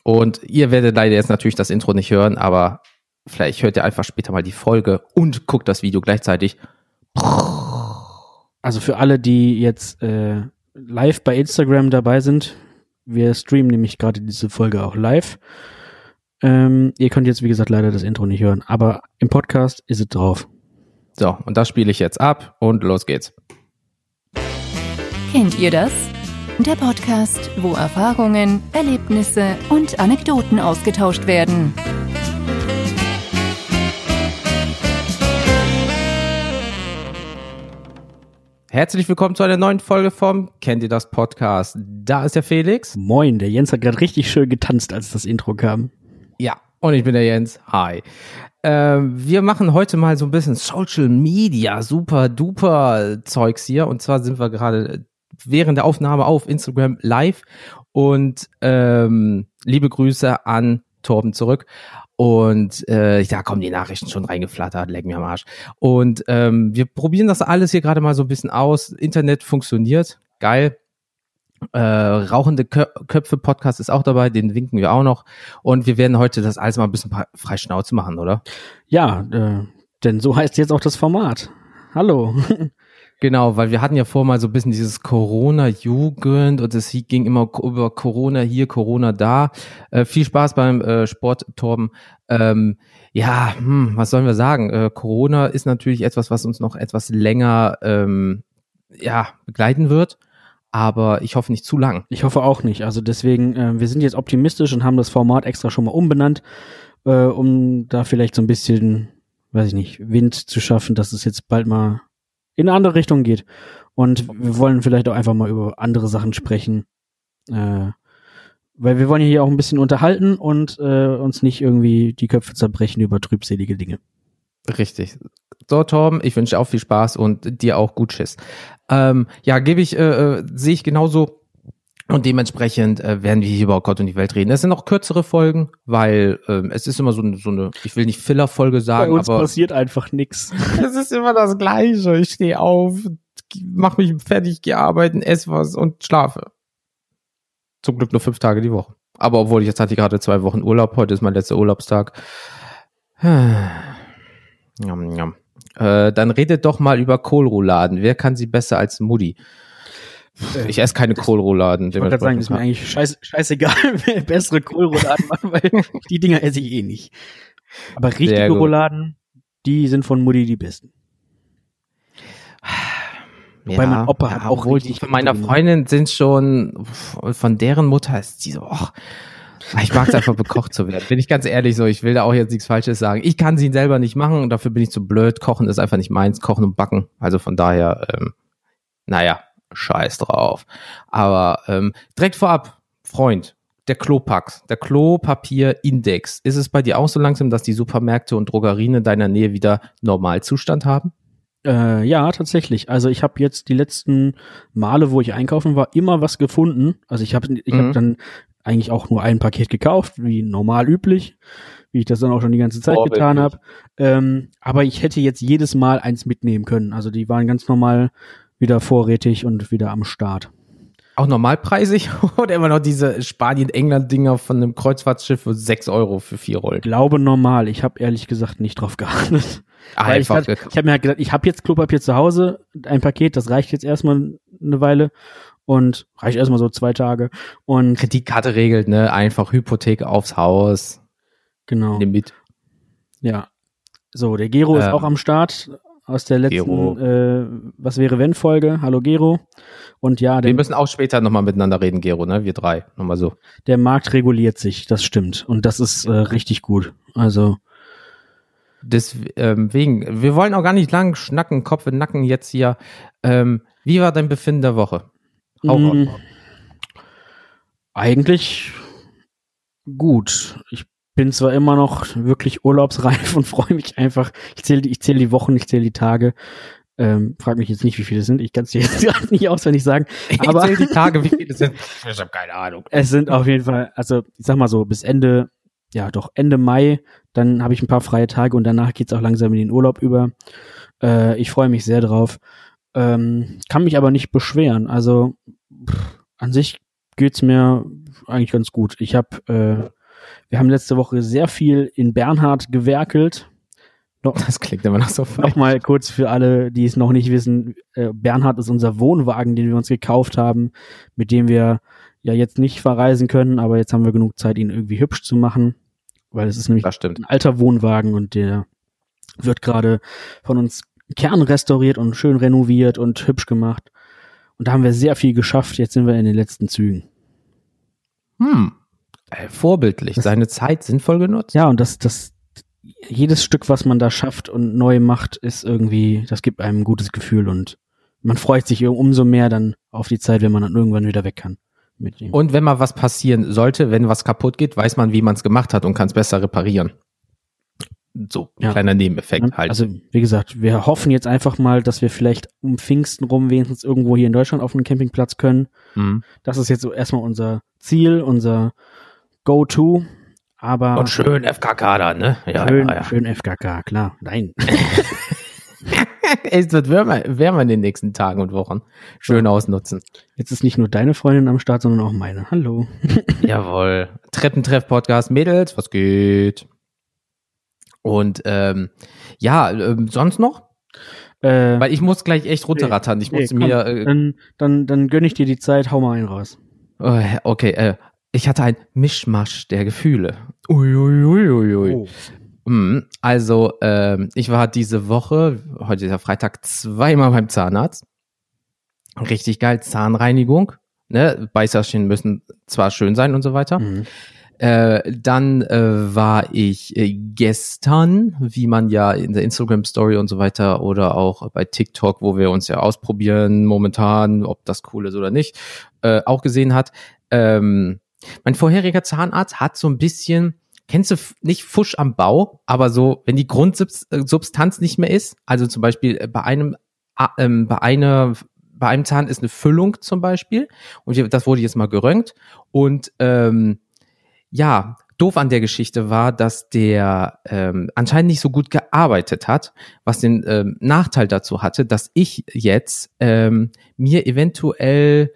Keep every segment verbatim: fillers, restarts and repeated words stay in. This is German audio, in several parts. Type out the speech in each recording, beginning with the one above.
Und ihr werdet leider jetzt natürlich das Intro nicht hören, aber vielleicht hört ihr einfach später mal die Folge und guckt das Video gleichzeitig. Also für alle, die jetzt äh, live bei Instagram dabei sind, wir streamen nämlich gerade diese Folge auch live. Ähm, ihr könnt jetzt, wie gesagt, leider das Intro nicht hören, aber im Podcast ist es drauf. So, und das spiele ich jetzt ab und los geht's. Kennt ihr das? Der Podcast, wo Erfahrungen, Erlebnisse und Anekdoten ausgetauscht werden. Herzlich willkommen zu einer neuen Folge vom Kennt ihr das Podcast? Da ist der Felix. Moin, der Jens hat gerade richtig schön getanzt, als das Intro kam. Ja, und ich bin der Jens. Hi. Ähm, wir machen heute mal so ein bisschen Social Media, super duper Zeugs hier. Und zwar sind wir gerade während der Aufnahme auf Instagram live. Und ähm, liebe Grüße an Torben zurück. Und äh, da kommen die Nachrichten schon reingeflattert, leck mir am Arsch. Und ähm, wir probieren das alles hier gerade mal so ein bisschen aus. Internet funktioniert, geil. Äh, Rauchende Kö- Köpfe Podcast ist auch dabei, den winken wir auch noch. Und wir werden heute das alles mal ein bisschen frei Schnauze machen, oder? Ja, äh, denn so heißt jetzt auch das Format. Hallo. Genau, weil wir hatten ja vor mal so ein bisschen dieses Corona-Jugend und es ging immer über Corona hier, Corona da. Äh, viel Spaß beim äh, Sport, Torben. Ähm, ja, hm, was sollen wir sagen? Äh, Corona ist natürlich etwas, was uns noch etwas länger ähm, ja, begleiten wird. Aber ich hoffe nicht zu lang. Ich hoffe auch nicht. Also deswegen, äh, wir sind jetzt optimistisch und haben das Format extra schon mal umbenannt, äh, um da vielleicht so ein bisschen, weiß ich nicht, Wind zu schaffen, dass es jetzt bald mal in eine andere Richtung geht. Und wir wollen vielleicht auch einfach mal über andere Sachen sprechen. Äh, weil wir wollen ja hier auch ein bisschen unterhalten und äh, uns nicht irgendwie die Köpfe zerbrechen über trübselige Dinge. Richtig. So, Torben, ich wünsche dir auch viel Spaß und dir auch gut Schiss. Ähm, ja, gebe ich, äh, sehe ich genauso. Und dementsprechend äh, werden wir hier über Gott und die Welt reden. Es sind auch kürzere Folgen, weil ähm, es ist immer so, so eine, ich will nicht Filler-Folge sagen, Bei uns aber passiert einfach nichts. es ist immer das Gleiche. Ich stehe auf, mach mich fertig, gehe arbeiten, esse was und schlafe. Zum Glück nur fünf Tage die Woche. Aber obwohl ich jetzt hatte ich gerade zwei Wochen Urlaub, heute ist mein letzter Urlaubstag. Jam, jam. Äh, dann redet doch mal über Kohlrouladen. Wer kann sie besser als Mutti? Ich esse keine Kohlrouladen. Ich wollte gerade sagen, das ist mir eigentlich scheiß, scheißegal, wer bessere Kohlrouladen macht, weil die Dinger esse ich eh nicht. Aber richtige Rouladen, die sind von Mutti die besten. Wobei ja, mein Opa hat ja, auch obwohl die von meiner Freundin sind schon, von deren Mutter ist die so, och, ich mag es einfach bekocht zu werden. Bin ich ganz ehrlich so, ich will da auch jetzt nichts Falsches sagen. Ich kann sie selber nicht machen und dafür bin ich zu blöd. Kochen ist einfach nicht meins, kochen und backen. Also von daher, ähm, naja, scheiß drauf. Aber ähm, direkt vorab, Freund, der Klopax, der Klopapierindex. Ist es bei dir auch so langsam, dass die Supermärkte und Drogerien in deiner Nähe wieder Normalzustand haben? Äh, ja, tatsächlich. Also ich habe jetzt die letzten Male, wo ich einkaufen war, immer was gefunden. Also ich habe ich mhm. hab dann eigentlich auch nur ein Paket gekauft, wie normal üblich, wie ich das dann auch schon die ganze Zeit Vorbildlich. getan habe. Ähm, aber ich hätte jetzt jedes Mal eins mitnehmen können. Also die waren ganz normal wieder vorrätig und wieder am Start. Auch normalpreisig oder immer noch diese Spanien-England-Dinger von einem Kreuzfahrtschiff für sechs Euro für vier Rollen? Ich glaube normal. Ich habe ehrlich gesagt nicht drauf geachtet. Ah, Weil ich ich habe mir halt gedacht, ich habe jetzt Klopapier zu Hause, ein Paket, das reicht jetzt erstmal eine Weile und reicht erstmal so zwei Tage. Und Kreditkarte regelt, ne? Einfach Hypothek aufs Haus. Genau. Nimm mit. Ja. So, der Gero ähm, ist auch am Start. Aus der letzten äh, Was wäre wenn Folge. Hallo Gero. Und ja, wir müssen auch später nochmal miteinander reden, Gero, ne? Wir drei, nochmal so. Der Markt reguliert sich, das stimmt. Und das ist äh, richtig gut. Also deswegen, wir wollen auch gar nicht lang schnacken, Kopf in Nacken jetzt hier. Ähm, wie war dein Befinden der Woche? Mmh, eigentlich gut. Ich bin zwar immer noch wirklich urlaubsreif und freue mich einfach. Ich zähle ich zähle die Wochen, ich zähle die Tage. Ähm, frag mich jetzt nicht, wie viele es sind. Ich kann es dir jetzt gerade nicht auswendig sagen. Aber ich zähle die Tage, wie viele es sind. Ich habe keine Ahnung. Es sind auf jeden Fall, also ich sag mal so, bis Ende, ja doch, Ende Mai, dann habe ich ein paar freie Tage und danach geht's auch langsam in den Urlaub über. Äh, ich freue mich sehr drauf. Ähm, kann mich aber nicht beschweren. Also pff, an sich geht's mir eigentlich ganz gut. Ich habe äh, Wir haben letzte Woche sehr viel in Bernhard gewerkelt. No, das klingt immer noch so falsch. Nochmal kurz für alle, die es noch nicht wissen. Äh, Bernhard ist unser Wohnwagen, den wir uns gekauft haben, mit dem wir ja jetzt nicht verreisen können, aber jetzt haben wir genug Zeit, ihn irgendwie hübsch zu machen, weil es ist nämlich ein alter Wohnwagen und der wird gerade von uns kernrestauriert und schön renoviert und hübsch gemacht. Und da haben wir sehr viel geschafft. Jetzt sind wir in den letzten Zügen. Hm, äh, vorbildlich. Das, seine Zeit sinnvoll genutzt. Ja, und das, das, jedes Stück, was man da schafft und neu macht, ist irgendwie, das gibt einem ein gutes Gefühl und man freut sich umso mehr dann auf die Zeit, wenn man dann irgendwann wieder weg kann. Mit ihm. Und wenn mal was passieren sollte, wenn was kaputt geht, weiß man, wie man es gemacht hat und kann es besser reparieren. So, ein ja. kleiner Nebeneffekt halt. Also, wie gesagt, wir hoffen jetzt einfach mal, dass wir vielleicht um Pfingsten rum wenigstens irgendwo hier in Deutschland auf einem Campingplatz können. Mhm. Das ist jetzt so erstmal unser Ziel, unser Go-To. Aber und schön F K K da, ne? Ja, schön, ja, ja. schön F K K, klar. Nein. Es wird wärmer, wärmer in den nächsten Tagen und Wochen. Schön ja. ausnutzen. Jetzt ist nicht nur deine Freundin am Start, sondern auch meine. Hallo. Jawohl. Treppentreff-Podcast. Mädels, was geht? Und ähm, ja, ähm, sonst noch? Äh, Weil ich muss gleich echt runterrattern. Ich nee, muss nee, mir. Äh, dann, dann, dann gönn ich dir die Zeit, hau mal einen raus. Okay, äh, ich hatte ein Mischmasch der Gefühle. Uiuiuiui. Ui, ui. Oh. Also, ähm, ich war diese Woche, heute ist ja Freitag, zweimal beim Zahnarzt. Richtig geil, Zahnreinigung. Ne? Beißerchen müssen zwar schön sein und so weiter. Mhm. Äh, dann äh, war ich äh, gestern, wie man ja in der Instagram-Story und so weiter oder auch bei TikTok, wo wir uns ja ausprobieren momentan, ob das cool ist oder nicht, äh, auch gesehen hat. Ähm, mein vorheriger Zahnarzt hat so ein bisschen, kennst du f- nicht Fusch am Bau, aber so, wenn die Grundsubstanz nicht mehr ist, also zum Beispiel bei einem, äh, bei einer, bei einem Zahn ist eine Füllung zum Beispiel und das wurde jetzt mal geröntgt und ähm, ja, doof an der Geschichte war, dass der ähm, anscheinend nicht so gut gearbeitet hat, was den ähm, Nachteil dazu hatte, dass ich jetzt ähm, mir eventuell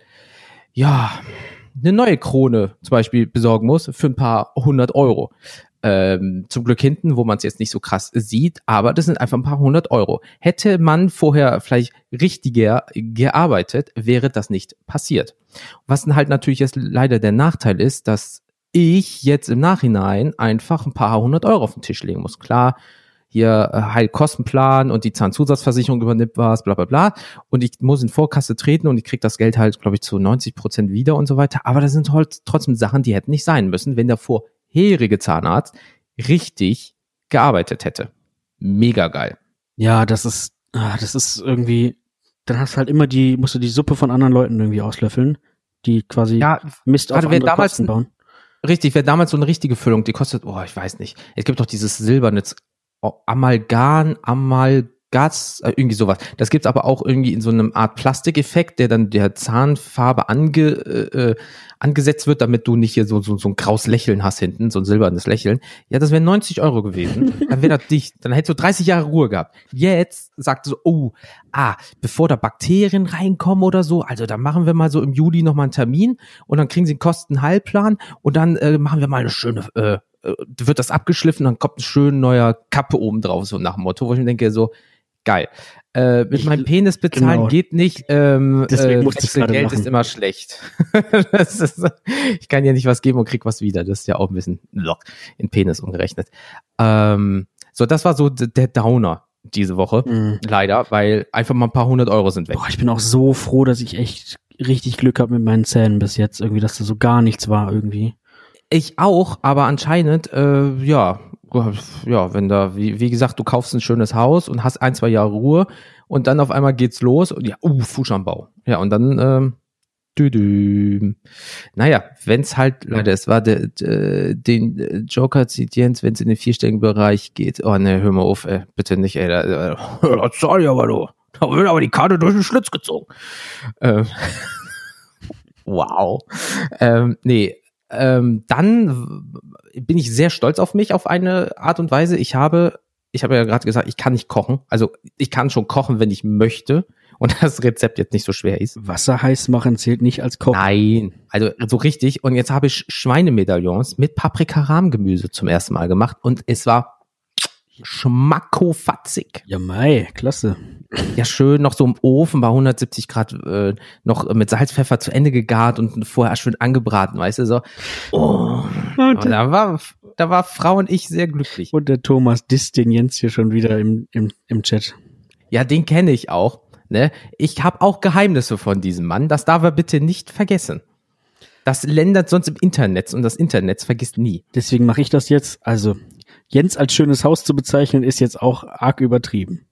ja eine neue Krone zum Beispiel besorgen muss für ein paar hundert Euro. Ähm, zum Glück hinten, wo man es jetzt nicht so krass sieht, aber das sind einfach ein paar hundert Euro. Hätte man vorher vielleicht richtiger gearbeitet, wäre das nicht passiert. Was dann halt natürlich jetzt leider der Nachteil ist, dass ich jetzt im Nachhinein einfach ein paar hundert Euro auf den Tisch legen muss. Klar, hier äh, Heilkostenplan und die Zahnzusatzversicherung übernimmt was, bla bla bla. Und ich muss in Vorkasse treten und ich kriege das Geld halt, glaube ich, zu neunzig Prozent wieder und so weiter. Aber das sind halt trotzdem Sachen, die hätten nicht sein müssen, wenn der vorherige Zahnarzt richtig gearbeitet hätte. Mega geil. Ja, das ist, ah, das ist irgendwie, dann hast du halt immer die, musst du die Suppe von anderen Leuten irgendwie auslöffeln, die quasi ja, Mist auf also andere damals Kosten bauen. Richtig, wäre damals so eine richtige Füllung, die kostet, oh, ich weiß nicht. Es gibt doch dieses silberne oh, Amalgam, Amalgas, äh, irgendwie sowas. Das gibt's aber auch irgendwie in so einem Art Plastikeffekt, der dann der Zahnfarbe ange, äh, angesetzt wird, damit du nicht hier so, so, so ein graues Lächeln hast hinten, so ein silbernes Lächeln. Ja, das wären neunzig Euro gewesen. Dann wäre das dicht. Dann hättest du dreißig Jahre Ruhe gehabt. Jetzt sagt so, oh, ah, bevor da Bakterien reinkommen oder so, also dann machen wir mal so im Juli nochmal einen Termin und dann kriegen sie einen Kostenheilplan und dann äh, machen wir mal eine schöne, äh, äh, wird das abgeschliffen, dann kommt ein schön neuer Kappe oben drauf, so nach dem Motto, wo ich mir denke, so, geil. Äh, mit ich, meinem Penis bezahlen genau. geht nicht, ähm, Deswegen äh, muss ich gerade Geld machen. ist immer schlecht. Das ist, ich kann ja nicht was geben und krieg was wieder, das ist ja auch ein bisschen in Penis umgerechnet. Ähm, so, das war so d- der Downer diese Woche, mm. leider, weil einfach mal ein paar hundert Euro sind weg. Boah, ich bin auch so froh, dass ich echt richtig Glück habe mit meinen Zähnen bis jetzt, irgendwie, dass da so gar nichts war irgendwie. Ich auch, aber anscheinend, äh, ja, ja, wenn da, wie, wie gesagt, du kaufst ein schönes Haus und hast ein, zwei Jahre Ruhe und dann auf einmal geht's los und ja, uh, Fuß am Bau. Ja, und dann, ähm, düdü. Naja, wenn's halt, Leute, es war der, der den Joker zieht Jens, wenn's in den vierstelligen Bereich geht. Oh ne, hör mal auf, ey, bitte nicht, ey, da, da, sorry, aber du, da wird aber die Karte durch den Schlitz gezogen. Ähm, wow. Ähm, nee, Ähm, dann bin ich sehr stolz auf mich auf eine Art und Weise. Ich habe, ich habe ja gerade gesagt, ich kann nicht kochen. Also ich kann schon kochen, wenn ich möchte und das Rezept jetzt nicht so schwer ist. Wasser heiß machen zählt nicht als Kochen. Nein, also so richtig. Und jetzt habe ich Schweinemedaillons mit Paprika-Rahmgemüse zum ersten Mal gemacht und es war schmackofatzig. Ja, mei, klasse. Ja, schön noch so im Ofen bei hundertsiebzig Grad äh, noch mit Salz, Pfeffer zu Ende gegart und vorher schön angebraten, weißt du, so. Oh, und da war, da war Frau und ich sehr glücklich. Und der Thomas disst den Jens hier schon wieder im, im, im Chat. Ja, den kenne ich auch. Ne? Ich habe auch Geheimnisse von diesem Mann, das darf er bitte nicht vergessen. Das ländert sonst im Internet und das Internet vergisst nie. Deswegen mache ich das jetzt. Also, Jens als schönes Haus zu bezeichnen, ist jetzt auch arg übertrieben.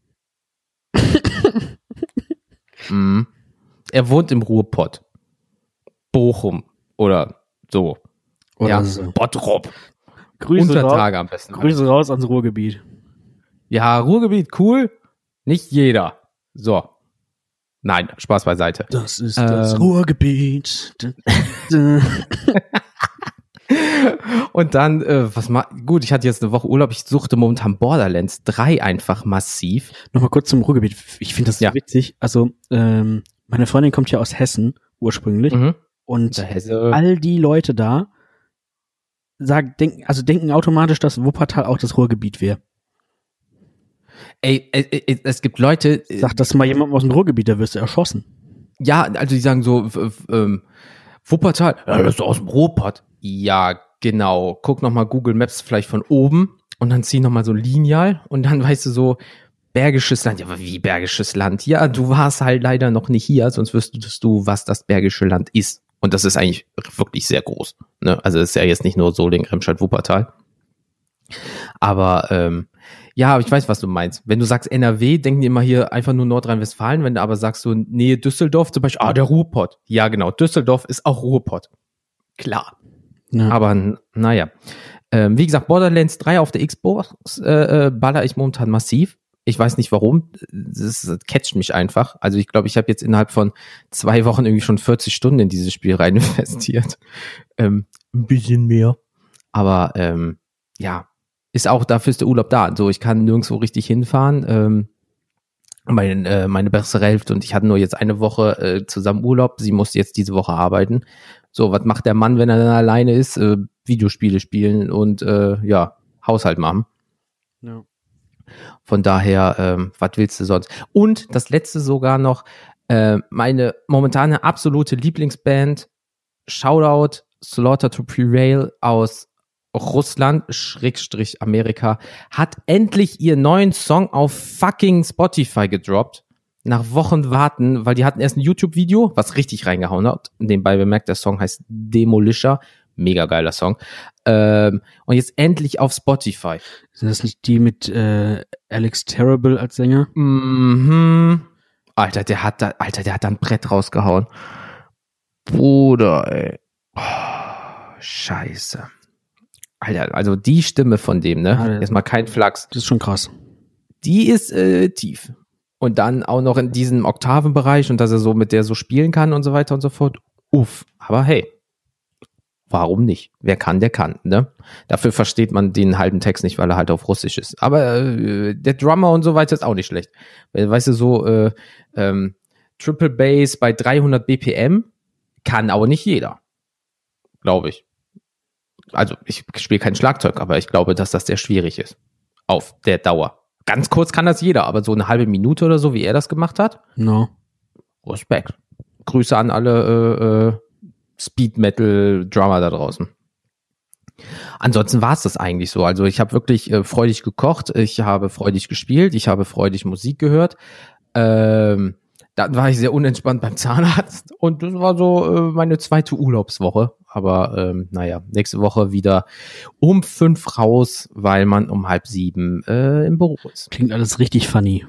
mm. Er wohnt im Ruhrpott. Bochum oder so. Oder ja, so. Bottrop. Grüße Untertage raus, am besten. Grüße raus ans Ruhrgebiet. Ja, Ruhrgebiet, cool. Nicht jeder. So. Nein, Spaß beiseite. Das ist ähm, das Ruhrgebiet. Und dann, äh, was ma- gut, ich hatte jetzt eine Woche Urlaub, ich suchte momentan Borderlands drei einfach massiv. Nochmal kurz zum Ruhrgebiet. Ich finde das Ja. so witzig. Also, ähm, meine Freundin kommt ja aus Hessen ursprünglich. Mhm. Und Der Hesse. all die Leute da sagen, denken, also denken automatisch, dass Wuppertal auch das Ruhrgebiet wäre. Ey, ey, ey, es gibt Leute, äh, Sag das mal jemandem aus dem Ruhrgebiet, da wirst du erschossen. ja, also die sagen so, w- w- ähm, Wuppertal, ja, das ist aus dem Ruhrpott. Ja, genau. Guck nochmal Google Maps vielleicht von oben und dann zieh nochmal so ein Lineal und dann weißt du so, Bergisches Land. Ja, aber wie Bergisches Land? Ja, du warst halt leider noch nicht hier, sonst wüsstest du, was das Bergische Land ist. Und das ist eigentlich wirklich sehr groß. Ne? Also es ist ja jetzt nicht nur Solingen, Remscheid, Wuppertal. Aber ähm, ja, ich weiß, was du meinst. Wenn du sagst N R W, denken die immer hier einfach nur Nordrhein-Westfalen. Wenn du aber sagst so Nähe Düsseldorf zum Beispiel, ah, der Ruhrpott. Ja, genau, Düsseldorf ist auch Ruhrpott. Klar. Ja. Aber n- naja. Ähm, wie gesagt, Borderlands drei auf der Xbox äh, äh, baller ich momentan massiv. Ich weiß nicht warum. Das, das catcht mich einfach. Also ich glaube, ich habe jetzt innerhalb von zwei Wochen irgendwie schon vierzig Stunden in dieses Spiel rein investiert. Ähm, ein bisschen mehr. Aber ähm, ja, ist auch dafür ist der Urlaub da. So, ich kann nirgendwo richtig hinfahren. Ähm, meine, äh, meine bessere Hälfte und ich hatte nur jetzt eine Woche äh, zusammen Urlaub. Sie musste jetzt diese Woche arbeiten. So, was macht der Mann, wenn er dann alleine ist? Äh, Videospiele spielen und äh, ja, Haushalt machen. Ja. Von daher, ähm, was willst du sonst? Und das letzte sogar noch, äh, meine momentane absolute Lieblingsband, Shoutout Slaughter to Prevail aus Russland, Schrägstrich Amerika, hat endlich ihren neuen Song auf fucking Spotify gedroppt. Nach Wochen warten, weil die hatten erst ein YouTube-Video, was richtig reingehauen hat. Nebenbei bemerkt, der Song heißt Demolisher. Mega geiler Song. Ähm, und jetzt endlich auf Spotify. Sind das nicht die mit äh, Alex Terrible als Sänger? Mhm. Alter, der hat da, Alter, der hat da ein Brett rausgehauen. Bruder, ey. Oh, scheiße. Alter, also die Stimme von dem, ne? Ja, der- Erstmal kein Flachs. Das ist schon krass. Die ist äh, tief. Und dann auch noch in diesem Oktavenbereich und dass er so mit der so spielen kann und so weiter und so fort. Uff. Aber hey. Warum nicht? Wer kann, der kann, ne? Dafür versteht man den halben Text nicht, weil er halt auf Russisch ist. Aber äh, der Drummer und so weiter ist auch nicht schlecht. Weil, weißt du, so äh, ähm, Triple Bass bei dreihundert B P M kann auch nicht jeder. Glaube ich. Also ich spiele kein Schlagzeug, aber ich glaube, dass das sehr schwierig ist. Auf der Dauer. Ganz kurz kann das jeder, aber so eine halbe Minute oder so, wie er das gemacht hat, No. Respekt. Grüße an alle äh, äh, Speed-Metal-Drummer da draußen. Ansonsten war es das eigentlich so. Also ich habe wirklich äh, freudig gekocht, ich habe freudig gespielt, ich habe freudig Musik gehört. Ähm, dann war ich sehr unentspannt beim Zahnarzt und das war so äh, meine zweite Urlaubswoche. Aber ähm, naja, nächste Woche wieder um fünf raus, weil man um halb sieben äh, im Büro ist. Klingt alles richtig funny.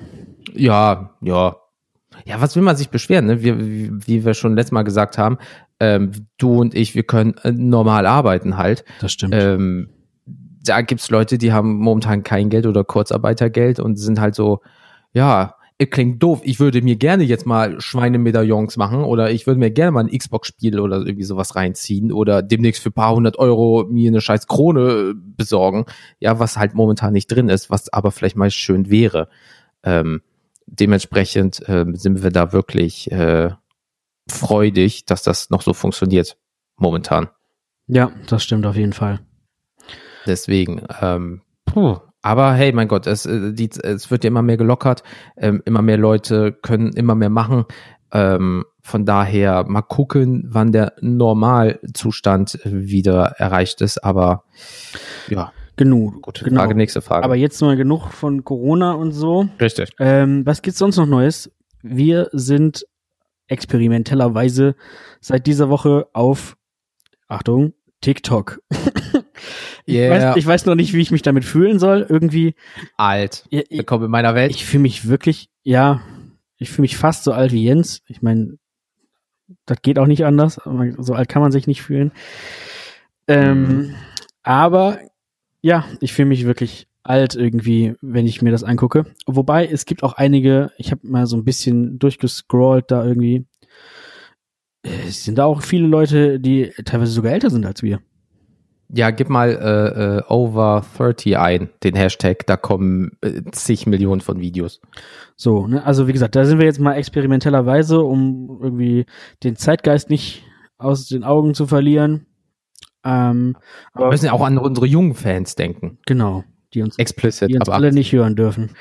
Ja, ja. Ja, was will man sich beschweren, ne? Wir, wie, wie wir schon letztes Mal gesagt haben, ähm, du und ich, wir können äh, normal arbeiten halt. Das stimmt. Ähm, da gibt's Leute, die haben momentan kein Geld oder Kurzarbeitergeld und sind halt so, ja, klingt doof, ich würde mir gerne jetzt mal Schweinemedaillons machen oder ich würde mir gerne mal ein Xbox-Spiel oder irgendwie sowas reinziehen oder demnächst für ein paar hundert Euro mir eine scheiß Krone besorgen. Ja, was halt momentan nicht drin ist, was aber vielleicht mal schön wäre. Ähm, dementsprechend äh, sind wir da wirklich äh, freudig, dass das noch so funktioniert momentan. Ja, das stimmt auf jeden Fall. Deswegen, ähm, puh. Aber hey, mein Gott, es, äh, die, es wird ja immer mehr gelockert, ähm, immer mehr Leute können immer mehr machen. Ähm, von daher mal gucken, wann der Normalzustand wieder erreicht ist. Aber ja, genug. Gute genau. Frage, nächste Frage. Aber jetzt mal genug von Corona und so. Richtig. Ähm, was gibt's sonst noch Neues? Wir sind experimentellerweise seit dieser Woche auf, Achtung, TikTok. ich, Yeah. weiß, ich weiß noch nicht, wie ich mich damit fühlen soll. Irgendwie. Alt. Ja, ich Willkommen in meiner Welt. ich fühle mich wirklich, ja, ich fühle mich fast so alt wie Jens. Ich meine, das geht auch nicht anders. Aber so alt kann man sich nicht fühlen. Ähm, Mhm. Aber ja, ich fühle mich wirklich alt irgendwie, wenn ich mir das angucke. Wobei, es gibt auch einige, ich habe mal so ein bisschen durchgescrollt da irgendwie. Es sind da auch viele Leute, die teilweise sogar älter sind als wir. Ja, gib mal äh, äh, over thirty ein, den Hashtag, da kommen äh, zig Millionen von Videos. So, ne? Also wie gesagt, da sind wir jetzt mal experimentellerweise, um irgendwie den Zeitgeist nicht aus den Augen zu verlieren. Ähm, Wir müssen ja auch an unsere jungen Fans denken. genau, die uns, Explicit, die uns aber alle nicht hören dürfen.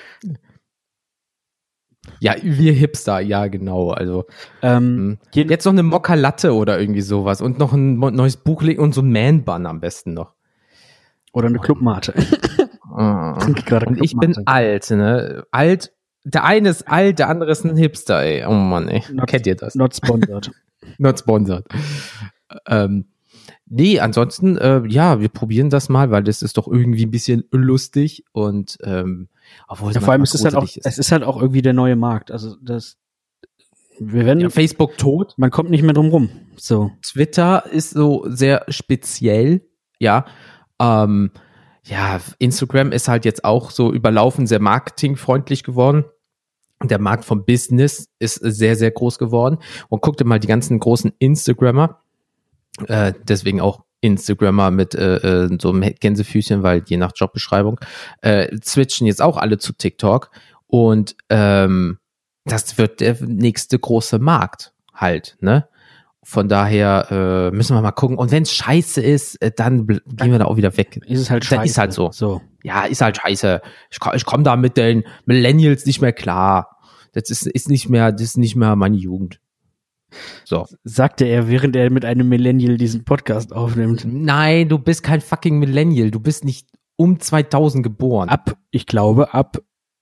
ja, wir Hipster, ja genau, also Ähm, hm. jeden- jetzt noch eine Mokka Latte oder irgendwie sowas und noch ein mo- neues Buch legen und so ein Man-Bun am besten noch. oder eine Clubmate. Ah. Trinke gerade Und ich bin Clubmate. alt, ne? Alt, der eine ist alt, der andere ist ein Hipster, ey. Oh Mann, ey. Not- Kennt ihr das? Not sponsored. Not sponsored. ähm, nee, ansonsten, äh, ja, wir probieren das mal, weil das ist doch irgendwie ein bisschen lustig und ähm, obwohl es Ja, vor allem manchmal ist es halt auch, gruselig es ist halt auch irgendwie der neue Markt. Also das, wir werden, Ja, Facebook tot. man kommt nicht mehr drum rum. So. Twitter ist so sehr speziell, ja. Ähm, ja, Instagram ist halt jetzt auch so überlaufen, sehr marketingfreundlich geworden. Und der Markt vom Business ist sehr, sehr groß geworden. Und guck dir mal die ganzen großen Instagrammer, äh, deswegen auch Instagrammer mit äh, äh, so einem Gänsefüßchen, weil je nach Jobbeschreibung, äh, switchen jetzt auch alle zu TikTok. Und ähm, das wird der nächste große Markt halt, ne? Von daher äh, müssen wir mal gucken. Und wenn es scheiße ist, äh, dann bl- gehen wir da auch wieder weg. Ist es halt Dann scheiße. ist halt so. So. Ja, ist halt scheiße. Ich, ko- ich komme da mit den Millennials nicht mehr klar. Das ist, ist nicht mehr, das ist nicht mehr meine Jugend. So. Sagte er, während er mit einem Millennial diesen Podcast aufnimmt. Nein, du bist kein fucking Millennial. Du bist nicht um zweitausend geboren. Ab, ich glaube, ab,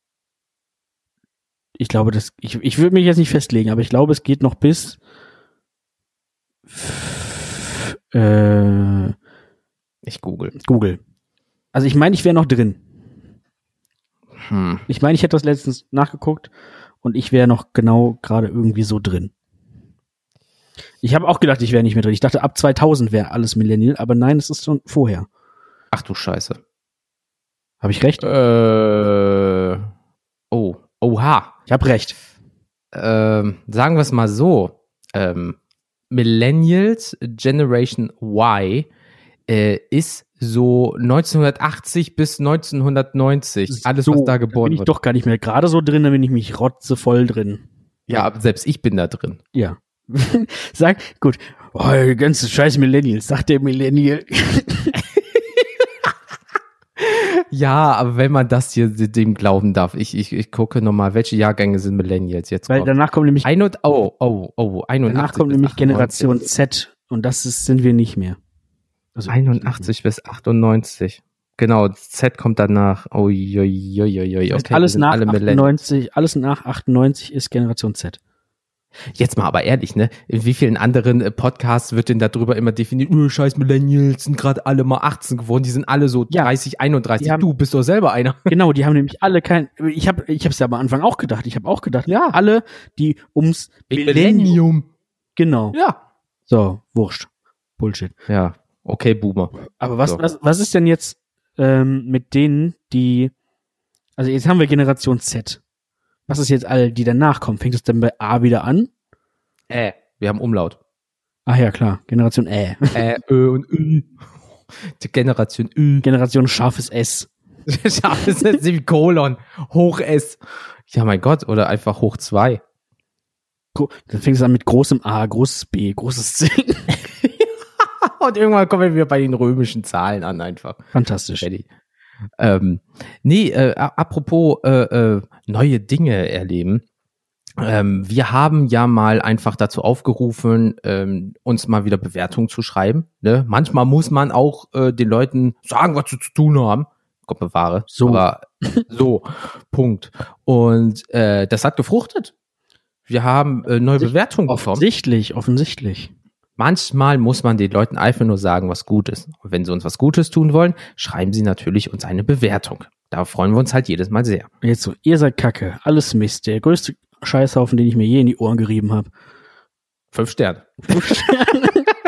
ich glaube, das, ich, ich würde mich jetzt nicht festlegen, aber ich glaube, es geht noch bis, äh, Ich google. Google. Also ich meine, ich wäre noch drin. Hm. Ich meine, ich hätte das letztens nachgeguckt und ich wäre noch genau gerade irgendwie so drin. Ich habe auch gedacht, ich wäre nicht mehr drin. Ich dachte, ab zweitausend wäre alles Millennial, aber nein, es ist schon vorher. Ach du Scheiße. Habe ich recht? Äh, oh, oha. Ich habe recht. Ähm, sagen wir es mal so. Ähm, Millennials, Generation Y, äh, ist so neunzehnhundertachtzig bis neunzehnhundertneunzig. Alles, so, was da da geboren bin ich wird. doch gar nicht mehr gerade so drin, da bin ich mich rotzevoll drin. Ja, aber selbst ich bin da drin. Ja. Sag, gut. Oh, die ganze scheiß Millennials, sagt der Millennial. Ja, aber wenn man das hier dem glauben darf, ich, ich, ich gucke nochmal, welche Jahrgänge sind Millennials jetzt? Weil kommt. danach kommt nämlich, Ein und, oh, oh, oh, einundachtzig danach kommt bis nämlich achtundneunzig. Generation Z und das ist, sind wir nicht mehr. Also, einundachtzig bis achtundneunzig. Genau, Z kommt danach. Oh, jo, jo, jo, jo. Das heißt, Okay, wir alles sind nach alle Millennials. achtundneunzig, alles nach achtundneunzig ist Generation Z. Jetzt mal aber ehrlich, ne? In wie vielen anderen äh, Podcasts wird denn darüber immer definiert, oh, scheiß Millennials sind gerade alle mal achtzehn geworden, die sind alle so Ja. dreißig, einunddreißig. Die haben- Du bist doch selber einer. Genau, die haben nämlich alle kein, ich habe ich hab's ja am Anfang auch gedacht, ich habe auch gedacht, Ja. alle, die ums Millennium, genau, Ja. so, wurscht, Bullshit. Ja, okay, Boomer. Aber was, So. was, was ist denn jetzt ähm, mit denen, die, also jetzt haben wir Generation Z. Was ist jetzt all, die danach kommen? Fängt es dann bei A wieder an? Äh, wir haben Umlaut. Ach ja, klar, Generation Ä. Äh, Ö und Ü. Die Generation Ü. Generation scharfes S. Scharfes Semikolon. Hoch S. Ja, mein Gott, oder einfach hoch zwei. Dann fängst du an mit großem A, großes B, großes C. Und irgendwann kommen wir bei den römischen Zahlen an einfach. Fantastisch. Ähm, nee, äh, apropos äh, äh, neue Dinge erleben. Ähm, wir haben ja mal einfach dazu aufgerufen, ähm, uns mal wieder Bewertungen zu schreiben. Ne? Manchmal muss man auch äh, den Leuten sagen, was sie zu tun haben. Gott bewahre. So. Aber so, Punkt. Und äh, das hat gefruchtet. Wir haben äh, neue Bewertungen bekommen. Offensichtlich, offensichtlich. Manchmal muss man den Leuten einfach nur sagen, was gut ist. Und wenn sie uns was Gutes tun wollen, schreiben sie natürlich uns eine Bewertung. Da freuen wir uns halt jedes Mal sehr. Jetzt so, ihr seid Kacke, alles Mist, der größte Scheißhaufen, den ich mir je in die Ohren gerieben habe. Fünf Sterne. Fünf Sterne.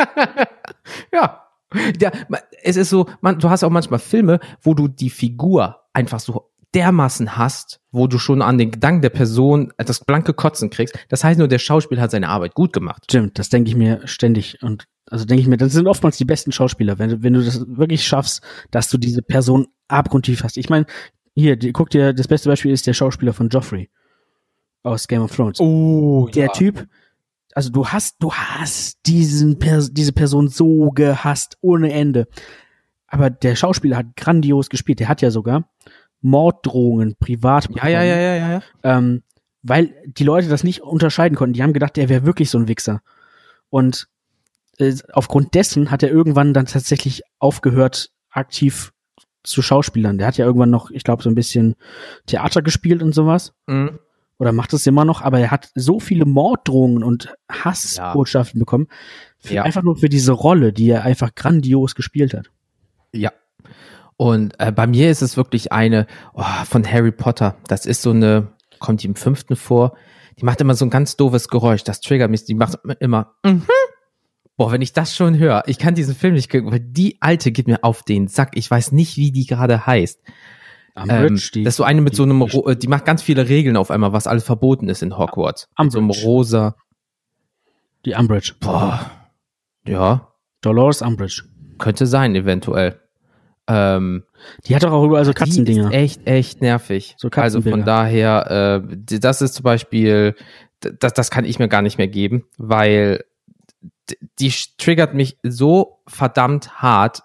Ja. Ja, es ist so, man, du hast auch manchmal Filme, wo du die Figur einfach so dermaßen hast, wo du schon an den Gedanken der Person das blanke Kotzen kriegst. Das heißt nur, der Schauspieler hat seine Arbeit gut gemacht. Stimmt, das denke ich mir ständig. Und also denke ich mir, das sind oftmals die besten Schauspieler, wenn, wenn du das wirklich schaffst, dass du diese Person abgrundtief hast. Ich meine, hier, die, guck dir, das beste Beispiel ist der Schauspieler von Joffrey aus Game of Thrones. Oh, der ja. Typ, also du hast, du hast diesen Pers- diese Person so gehasst ohne Ende. Aber der Schauspieler hat grandios gespielt. Der hat ja sogar Morddrohungen privat bekommen. Ja, ja, ja, ja, ja. Ähm, weil die Leute das nicht unterscheiden konnten. Die haben gedacht, der wäre wirklich so ein Wichser. Und äh, aufgrund dessen hat er irgendwann dann tatsächlich aufgehört, aktiv zu Schauspielern. Der hat ja irgendwann noch, ich glaube, so ein bisschen Theater gespielt und sowas. Mhm. Oder macht es immer noch, aber er hat so viele Morddrohungen und Hassbotschaften ja. bekommen. Für, ja. Einfach nur für diese Rolle, die er einfach grandios gespielt hat. Ja. Und äh, bei mir ist es wirklich eine oh, von Harry Potter. Das ist so eine, kommt die im fünften vor, die macht immer so ein ganz doofes Geräusch. Das triggert mich. Die macht immer, mhm. Boah, wenn ich das schon höre, ich kann diesen Film nicht gucken, weil die Alte geht mir auf den Sack. Ich weiß nicht, wie die gerade heißt. Ähm, die, das ist so eine mit die, so einem, die, die macht ganz viele Regeln auf einmal, was alles verboten ist in Hogwarts. Mit so einem rosa. Die Umbridge. Boah. Ja. Dolores Umbridge. Könnte sein, eventuell. Ähm, die hat doch auch überall so Katzendinger. Die ist echt, echt nervig. So also von daher, äh, das ist zum Beispiel, das, das kann ich mir gar nicht mehr geben, weil die triggert mich so verdammt hart.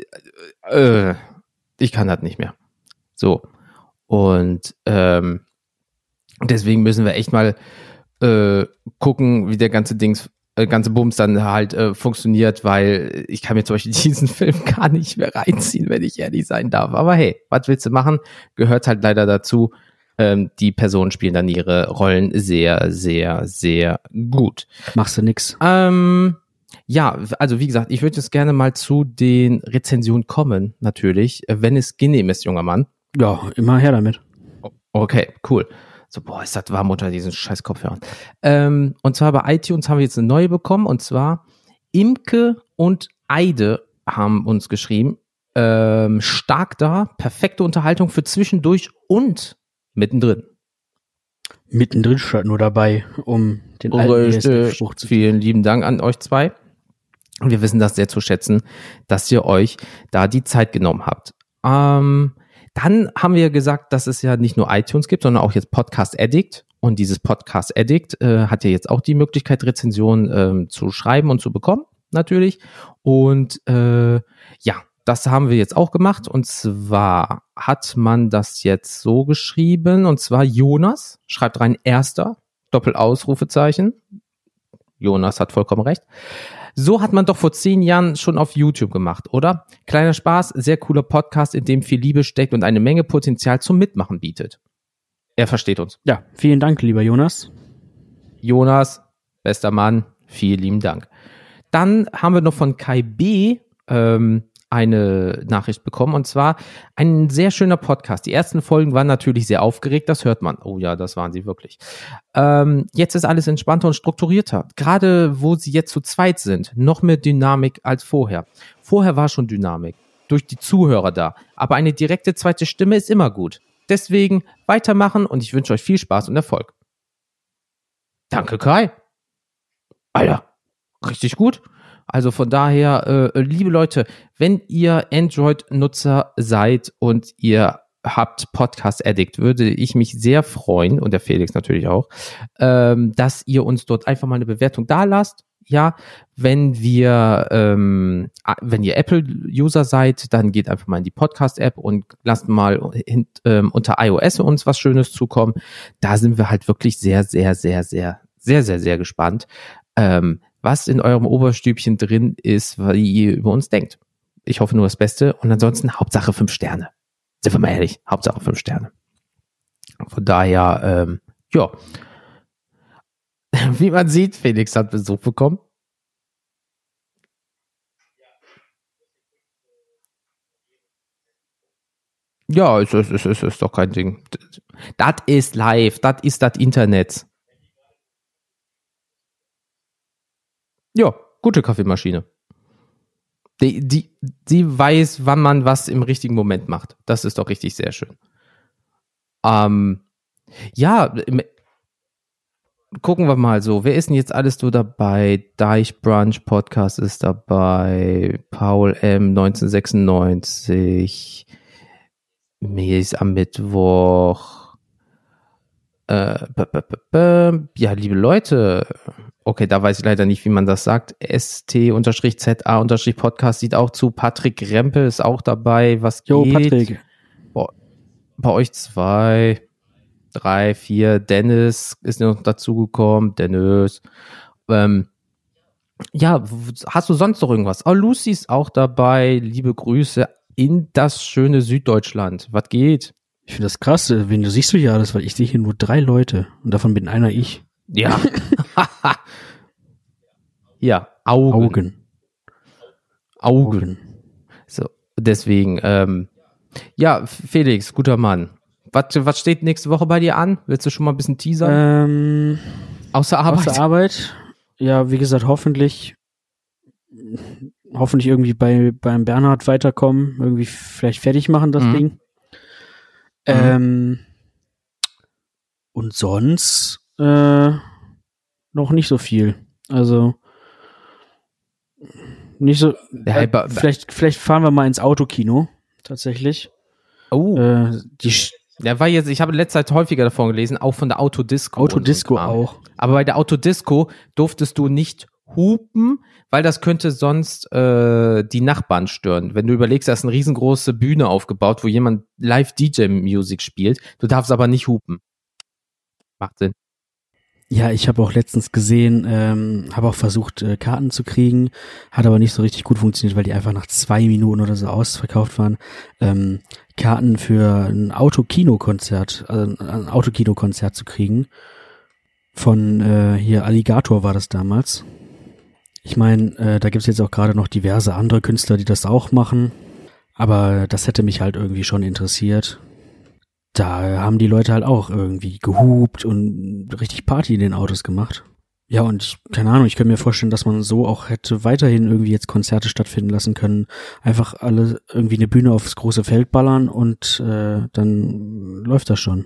Äh, ich kann das nicht mehr. So. Und ähm, deswegen müssen wir echt mal äh, gucken, wie der ganze Dings äh, ganze Bums dann halt äh, funktioniert, weil ich kann mir zum Beispiel diesen Film gar nicht mehr reinziehen, wenn ich ehrlich sein darf. Aber hey, was willst du machen? Gehört halt leider dazu. Ähm, die Personen spielen dann ihre Rollen sehr, sehr, sehr gut. Machst du nix. Ähm, ja, also wie gesagt, ich würde jetzt gerne mal zu den Rezensionen kommen, natürlich, wenn es genehm ist, junger Mann. Ja, immer her damit. Okay, cool. So, boah, ist das warm unter diesen scheiß Kopfhörern. Ähm, und zwar bei iTunes haben wir jetzt eine neue bekommen, und zwar Imke und Eide haben uns geschrieben, ähm, stark da, perfekte Unterhaltung für zwischendurch und mittendrin. Mittendrin statt nur dabei, um den alten Spruch zu Vielen lieben Dank an euch zwei. Und wir wissen das sehr zu schätzen, dass ihr euch da die Zeit genommen habt. Ähm, Dann haben wir gesagt, dass es ja nicht nur iTunes gibt, sondern auch jetzt Podcast Addict. Und dieses Podcast Addict äh, hat ja jetzt auch die Möglichkeit, Rezensionen ähm, zu schreiben und zu bekommen, natürlich. Und äh, ja, das haben wir jetzt auch gemacht. Und zwar hat man das jetzt so geschrieben. Und zwar Jonas schreibt rein erster, Doppel-Ausrufezeichen. Jonas hat vollkommen recht. So hat man doch vor zehn Jahren schon auf YouTube gemacht, oder? Kleiner Spaß, sehr cooler Podcast, in dem viel Liebe steckt und eine Menge Potenzial zum Mitmachen bietet. Er versteht uns. Ja, vielen Dank, lieber Jonas. Jonas, bester Mann, vielen lieben Dank. Dann haben wir noch von Kai B. Ähm, eine Nachricht bekommen, und zwar ein sehr schöner Podcast. Die ersten Folgen waren natürlich sehr aufgeregt, das hört man. Oh ja, das waren sie wirklich. Ähm, jetzt ist alles entspannter und strukturierter. Gerade wo sie jetzt zu zweit sind, noch mehr Dynamik als vorher. Vorher war schon Dynamik, durch die Zuhörer da. Aber eine direkte zweite Stimme ist immer gut. Deswegen weitermachen und ich wünsche euch viel Spaß und Erfolg. Danke, Kai. Alter, richtig gut. Also von daher, äh, liebe Leute, wenn ihr Android-Nutzer seid und ihr habt, Podcast Addict, würde ich mich sehr freuen, und der Felix natürlich auch, ähm, dass ihr uns dort einfach mal eine Bewertung da lasst. Ja, wenn wir, ähm, wenn ihr Apple-User seid, dann geht einfach mal in die Podcast-App und lasst mal hin, ähm, unter iOS uns was Schönes zukommen. Da sind wir halt wirklich sehr, sehr, sehr, sehr, sehr, sehr, sehr gespannt, ähm, was in eurem Oberstübchen drin ist, wie ihr über uns denkt. Ich hoffe nur das Beste, und ansonsten Hauptsache fünf Sterne. Sind wir mal ehrlich, Hauptsache fünf Sterne. Von daher, ähm, ja. Wie man sieht, Felix hat Besuch bekommen. Ja, es ist, es ist, es ist doch kein Ding. Das ist live, das ist das Internet. Ja, gute Kaffeemaschine. Die, die, die weiß, wann man was im richtigen Moment macht. Das ist doch richtig sehr schön. Ähm, ja, im, gucken wir mal so. Wer ist denn jetzt alles so dabei? Deich Brunch Podcast ist dabei. Paul M. neunzehnhundertsechsundneunzig. Mir ist am Mittwoch. Äh, b -b -b -b ja, liebe Leute. Okay, da weiß ich leider nicht, wie man das sagt. S T Z A Podcast sieht auch zu. Patrick Rempel ist auch dabei. Was Jo, geht? Patrick. Bei, bei euch zwei, drei, vier. Dennis ist noch dazugekommen. Dennis. Ähm, ja, hast du sonst noch irgendwas? Oh, Lucy ist auch dabei. Liebe Grüße in das schöne Süddeutschland. Was geht? Ich finde das krass, wenn du siehst du ja alles, weil ich sehe hier nur drei Leute und davon bin einer ich. Ja. Ja, Augen. Augen. Augen. Augen. So, deswegen, ähm, ja, Felix, guter Mann. Was, was steht nächste Woche bei dir an? Willst du schon mal ein bisschen teasern? Ähm, Außer Arbeit? Außer Arbeit. Ja, wie gesagt, hoffentlich hoffentlich irgendwie bei beim Bernhard weiterkommen, irgendwie vielleicht fertig machen, das mhm. Ding. Ähm, und sonst äh, noch nicht so viel. Also nicht so. Ja, äh, vielleicht, vielleicht fahren wir mal ins Autokino tatsächlich. Oh. Äh, die ja, war jetzt, ich habe in letzter Zeit häufiger davon gelesen, auch von der Autodisco. Autodisco auch. Aber bei der Autodisco durftest du nicht hupen, weil das könnte sonst äh, die Nachbarn stören. Wenn du überlegst, da ist eine riesengroße Bühne aufgebaut, wo jemand live D J-Musik spielt. Du darfst aber nicht hupen. Macht Sinn. Ja, ich habe auch letztens gesehen, ähm, habe auch versucht, äh, Karten zu kriegen, hat aber nicht so richtig gut funktioniert, weil die einfach nach zwei Minuten oder so ausverkauft waren. Ähm, Karten für ein Autokino-Konzert, also ein Autokino-Konzert zu kriegen. Von äh, hier Alligator war das damals. Ich meine, äh, da gibt's jetzt auch gerade noch diverse andere Künstler, die das auch machen. Aber das hätte mich halt irgendwie schon interessiert. Da haben die Leute halt auch irgendwie gehupt und richtig Party in den Autos gemacht. Ja, und ich, keine Ahnung, ich könnte mir vorstellen, dass man so auch hätte weiterhin irgendwie jetzt Konzerte stattfinden lassen können. Einfach alle irgendwie eine Bühne aufs große Feld ballern und äh, dann läuft das schon.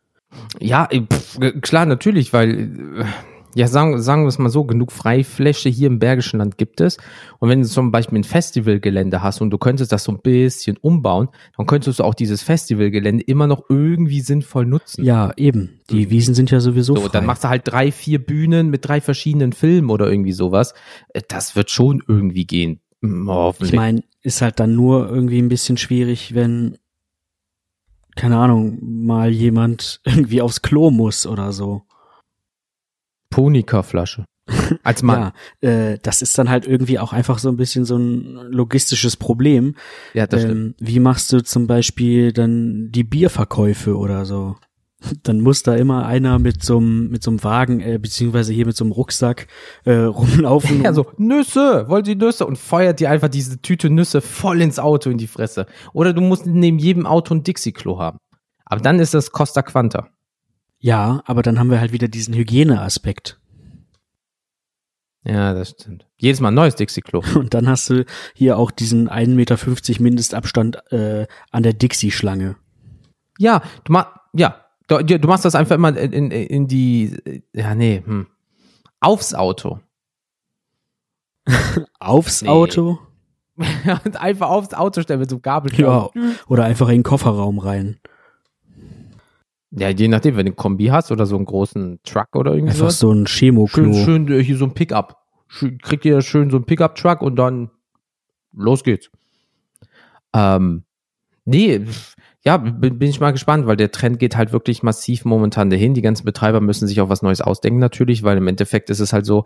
Ja, pff, klar, natürlich, weil, ja, sagen, sagen wir es mal so, genug Freifläche hier im Bergischen Land gibt es. Und wenn du zum Beispiel ein Festivalgelände hast und du könntest das so ein bisschen umbauen, dann könntest du auch dieses Festivalgelände immer noch irgendwie sinnvoll nutzen. Ja, eben. Die Wiesen sind ja sowieso so, frei. Dann machst du halt drei, vier Bühnen mit drei verschiedenen Filmen oder irgendwie sowas. Das wird schon irgendwie gehen. Hoffentlich. Ich meine, ist halt dann nur irgendwie ein bisschen schwierig, wenn, keine Ahnung, mal jemand irgendwie aufs Klo muss oder so. Punika-Flasche. Als Mann. Ja, äh, das ist dann halt irgendwie auch einfach so ein bisschen so ein logistisches Problem. Ja, das ähm, stimmt. Wie machst du zum Beispiel dann die Bierverkäufe oder so? Dann muss da immer einer mit so einem mit so einem Wagen, äh, beziehungsweise hier mit so einem Rucksack äh, rumlaufen. Ja, so, Nüsse, wollt ihr Nüsse? Und feuert dir einfach diese Tüte Nüsse voll ins Auto in die Fresse. Oder du musst neben jedem Auto ein Dixie-Klo haben. Aber dann ist das Costa Quanta. Ja, aber dann haben wir halt wieder diesen Hygieneaspekt. Ja, das stimmt. Jedes Mal ein neues Dixie-Klo. Und dann hast du hier auch diesen ein Meter fünfzig Mindestabstand äh, an der Dixie-Schlange. Ja, du machst, ja, du, du machst das einfach immer in, in, in die, ja, nee, hm. aufs Auto. Aufs Nee. Auto? Und einfach aufs Auto stellen mit so einem Gabelstapler. Ja, oder einfach in den Kofferraum rein. Ja, je nachdem, wenn du einen Kombi hast oder so einen großen Truck oder irgendwas. Einfach so ein Chemoklo. Schön, schön, äh, hier so ein Pickup. Schön, kriegt ihr schön so ein Pickup-Truck und dann los geht's. Ähm, nee, ja, bin, bin ich mal gespannt, weil der Trend geht halt wirklich massiv momentan dahin. Die ganzen Betreiber müssen sich auch was Neues ausdenken natürlich, weil im Endeffekt ist es halt so,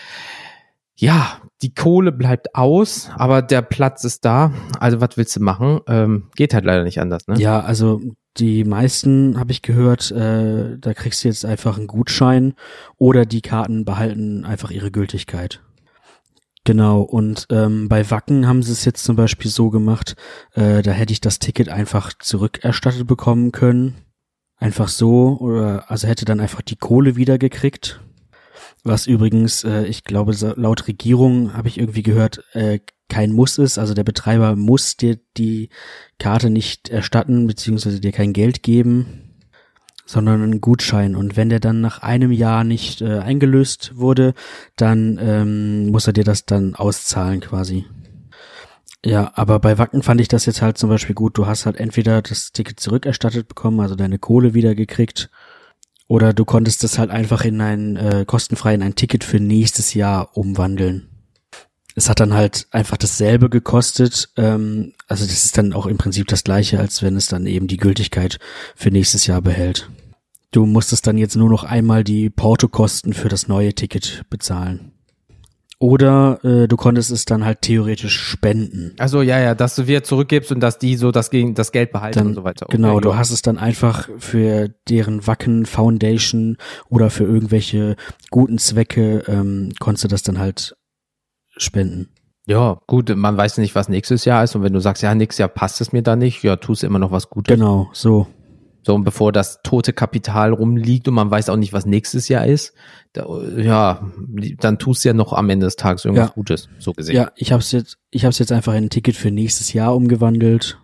ja, die Kohle bleibt aus, aber der Platz ist da. Also was willst du machen? Ähm, geht halt leider nicht anders, ne? Ja, also die meisten, habe ich gehört, äh, da kriegst du jetzt einfach einen Gutschein oder die Karten behalten einfach ihre Gültigkeit. Genau, und ähm, bei Wacken haben sie es jetzt zum Beispiel so gemacht, äh, da hätte ich das Ticket einfach zurückerstattet bekommen können. Einfach so, oder also hätte dann einfach die Kohle wieder gekriegt. Was übrigens, äh, ich glaube, laut Regierung habe ich irgendwie gehört, äh, kein Muss ist. Also der Betreiber muss dir die Karte nicht erstatten, beziehungsweise dir kein Geld geben, sondern einen Gutschein. Und wenn der dann nach einem Jahr nicht äh, eingelöst wurde, dann ähm, muss er dir das dann auszahlen quasi. Ja, aber bei Wacken fand ich das jetzt halt zum Beispiel gut. Du hast halt entweder das Ticket zurückerstattet bekommen, also deine Kohle wieder gekriegt, oder du konntest das halt einfach in ein äh, kostenfrei in ein Ticket für nächstes Jahr umwandeln. Es hat dann halt einfach dasselbe gekostet. Ähm, also das ist dann auch im Prinzip das Gleiche, als wenn es dann eben die Gültigkeit für nächstes Jahr behält. Du musstest dann jetzt nur noch einmal die Portokosten für das neue Ticket bezahlen. Oder äh, du konntest es dann halt theoretisch spenden. Also ja, ja, dass du wieder zurückgibst und dass die so das, das Geld behalten dann, und so weiter. Okay, genau, du ja. hast es dann einfach für deren Wacken Foundation oder für irgendwelche guten Zwecke, ähm, konntest du das dann halt spenden. Ja, gut, man weiß nicht, was nächstes Jahr ist und wenn du sagst, ja, nächstes Jahr passt es mir da nicht, ja, tust immer noch was Gutes. Genau, so. So, und bevor das tote Kapital rumliegt und man weiß auch nicht, was nächstes Jahr ist, da, ja, dann tust du ja noch am Ende des Tages irgendwas Ja. Gutes, so gesehen. Ja, ich hab's jetzt, ich hab's jetzt einfach in ein Ticket für nächstes Jahr umgewandelt.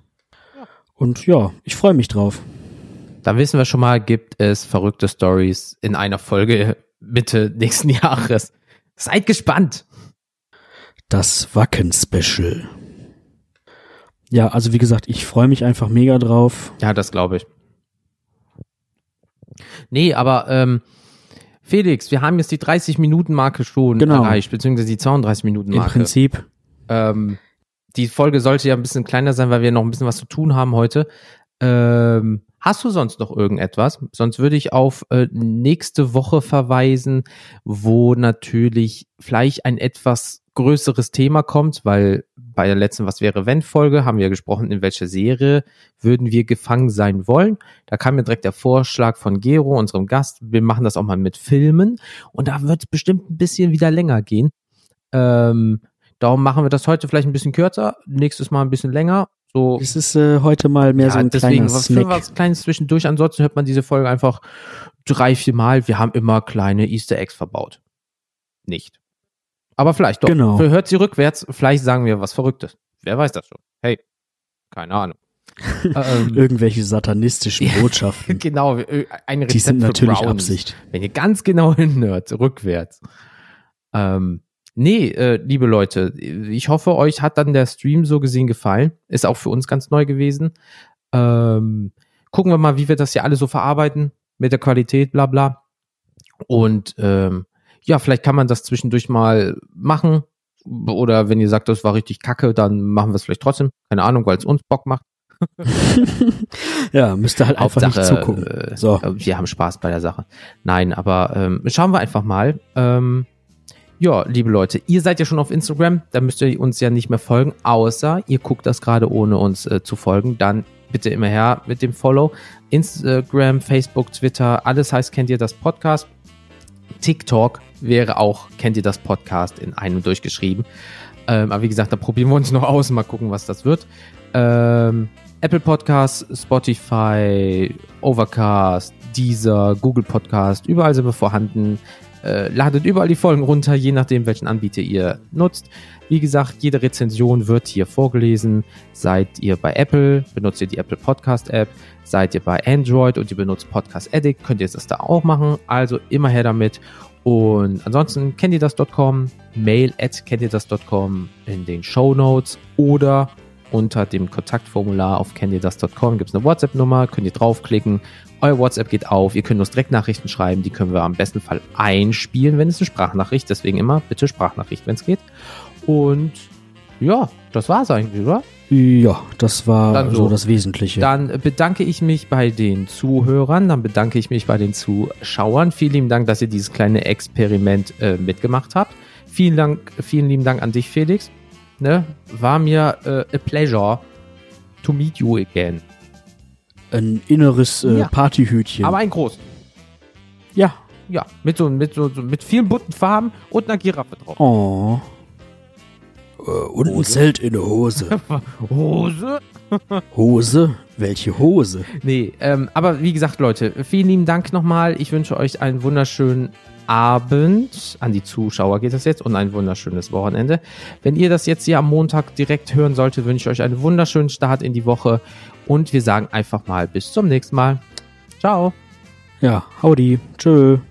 Und ja, ich freue mich drauf. Dann wissen wir schon mal, gibt es verrückte Stories in einer Folge Mitte nächsten Jahres. Seid gespannt. Das Wacken-Special. Ja, also wie gesagt, ich freue mich einfach mega drauf. Ja, das glaube ich. Nee, aber ähm, Felix, wir haben jetzt die dreißig-Minuten-Marke schon Genau. erreicht, beziehungsweise die zweiunddreißig-Minuten-Marke. Im Prinzip. Ähm, die Folge sollte ja ein bisschen kleiner sein, weil wir noch ein bisschen was zu tun haben heute. Ähm, hast du sonst noch irgendetwas? Sonst würde ich auf äh, nächste Woche verweisen, wo natürlich vielleicht ein etwas größeres Thema kommt, weil bei der letzten Was wäre wenn Folge haben wir gesprochen, in welcher Serie würden wir gefangen sein wollen. Da kam mir direkt der Vorschlag von Gero, unserem Gast, wir machen das auch mal mit Filmen und da wird es bestimmt ein bisschen wieder länger gehen. Ähm, darum machen wir das heute vielleicht ein bisschen kürzer, nächstes Mal ein bisschen länger. So, Es ist äh, heute mal mehr ja, so ein deswegen kleiner was für Snack. was Kleines zwischendurch. Ansonsten hört man diese Folge einfach drei, vier Mal. Wir haben immer kleine Easter Eggs verbaut. Nicht. Aber vielleicht doch. Genau. Hört sie rückwärts. Vielleicht sagen wir was Verrücktes. Wer weiß das schon? Hey, keine Ahnung. ähm, Irgendwelche satanistischen Botschaften. genau, ein Rezept Die sind für natürlich Brownies. Absicht. Wenn ihr ganz genau hinhört, rückwärts. Ähm, nee, äh, liebe Leute, ich hoffe, euch hat dann der Stream so gesehen gefallen. Ist auch für uns ganz neu gewesen. Ähm, gucken wir mal, wie wir das hier alle so verarbeiten mit der Qualität, bla bla. Und ähm, ja, vielleicht kann man das zwischendurch mal machen. Oder wenn ihr sagt, das war richtig kacke, dann machen wir es vielleicht trotzdem. Keine Ahnung, weil es uns Bock macht. Ja, müsst ihr halt einfach nicht zugucken. Äh, So. Wir haben Spaß bei der Sache. Nein, aber ähm, schauen wir einfach mal. Ähm, ja, liebe Leute, ihr seid ja schon auf Instagram, da müsst ihr uns ja nicht mehr folgen, außer ihr guckt das gerade ohne uns äh, zu folgen, dann bitte immer her mit dem Follow. Instagram, Facebook, Twitter, alles heißt, kennt ihr das Podcast. TikTok wäre auch, kennt ihr das Podcast in einem durchgeschrieben. Ähm, aber wie gesagt, da probieren wir uns noch aus, mal gucken, was das wird. Ähm, Apple Podcasts, Spotify, Overcast, Deezer, Google Podcast, überall sind wir vorhanden. Äh, ladet überall die Folgen runter, je nachdem, welchen Anbieter ihr nutzt. Wie gesagt, jede Rezension wird hier vorgelesen. Seid ihr bei Apple, benutzt ihr die Apple Podcast App. Seid ihr bei Android und ihr benutzt Podcast Addict, könnt ihr das da auch machen. Also immer her damit. Und ansonsten kennt ihr das Punkt com, mail at kennt ihr das Punkt com in den Shownotes oder unter dem Kontaktformular auf kennt ihr das Punkt com gibt es eine WhatsApp-Nummer, könnt ihr draufklicken, euer WhatsApp geht auf, ihr könnt uns direkt Nachrichten schreiben, die können wir am besten Fall einspielen, wenn es eine Sprachnachricht, deswegen immer bitte Sprachnachricht, wenn es geht. Und ja, das war's eigentlich, oder? Ja, das war Dann so so. das Wesentliche. Dann bedanke ich mich bei den Zuhörern, dann bedanke ich mich bei den Zuschauern. Vielen lieben Dank, dass ihr dieses kleine Experiment äh, mitgemacht habt. Vielen Dank, vielen lieben Dank an dich, Felix. Ne? War mir äh, a pleasure to meet you again. Ein inneres äh, Ja. Partyhütchen. Aber ein groß. ja. Ja, mit so, mit so, so mit vielen bunten Farben und einer Giraffe drauf. Oh. Äh, und ein Zelt in der Hose. Hose? Hose? Welche Hose? Nee, ähm, aber wie gesagt, Leute, vielen lieben Dank nochmal. Ich wünsche euch einen wunderschönen Abend. An die Zuschauer geht das jetzt und ein wunderschönes Wochenende. Wenn ihr das jetzt hier am Montag direkt hören solltet, wünsche ich euch einen wunderschönen Start in die Woche und wir sagen einfach mal bis zum nächsten Mal. Ciao. Ja, howdy. Tschö.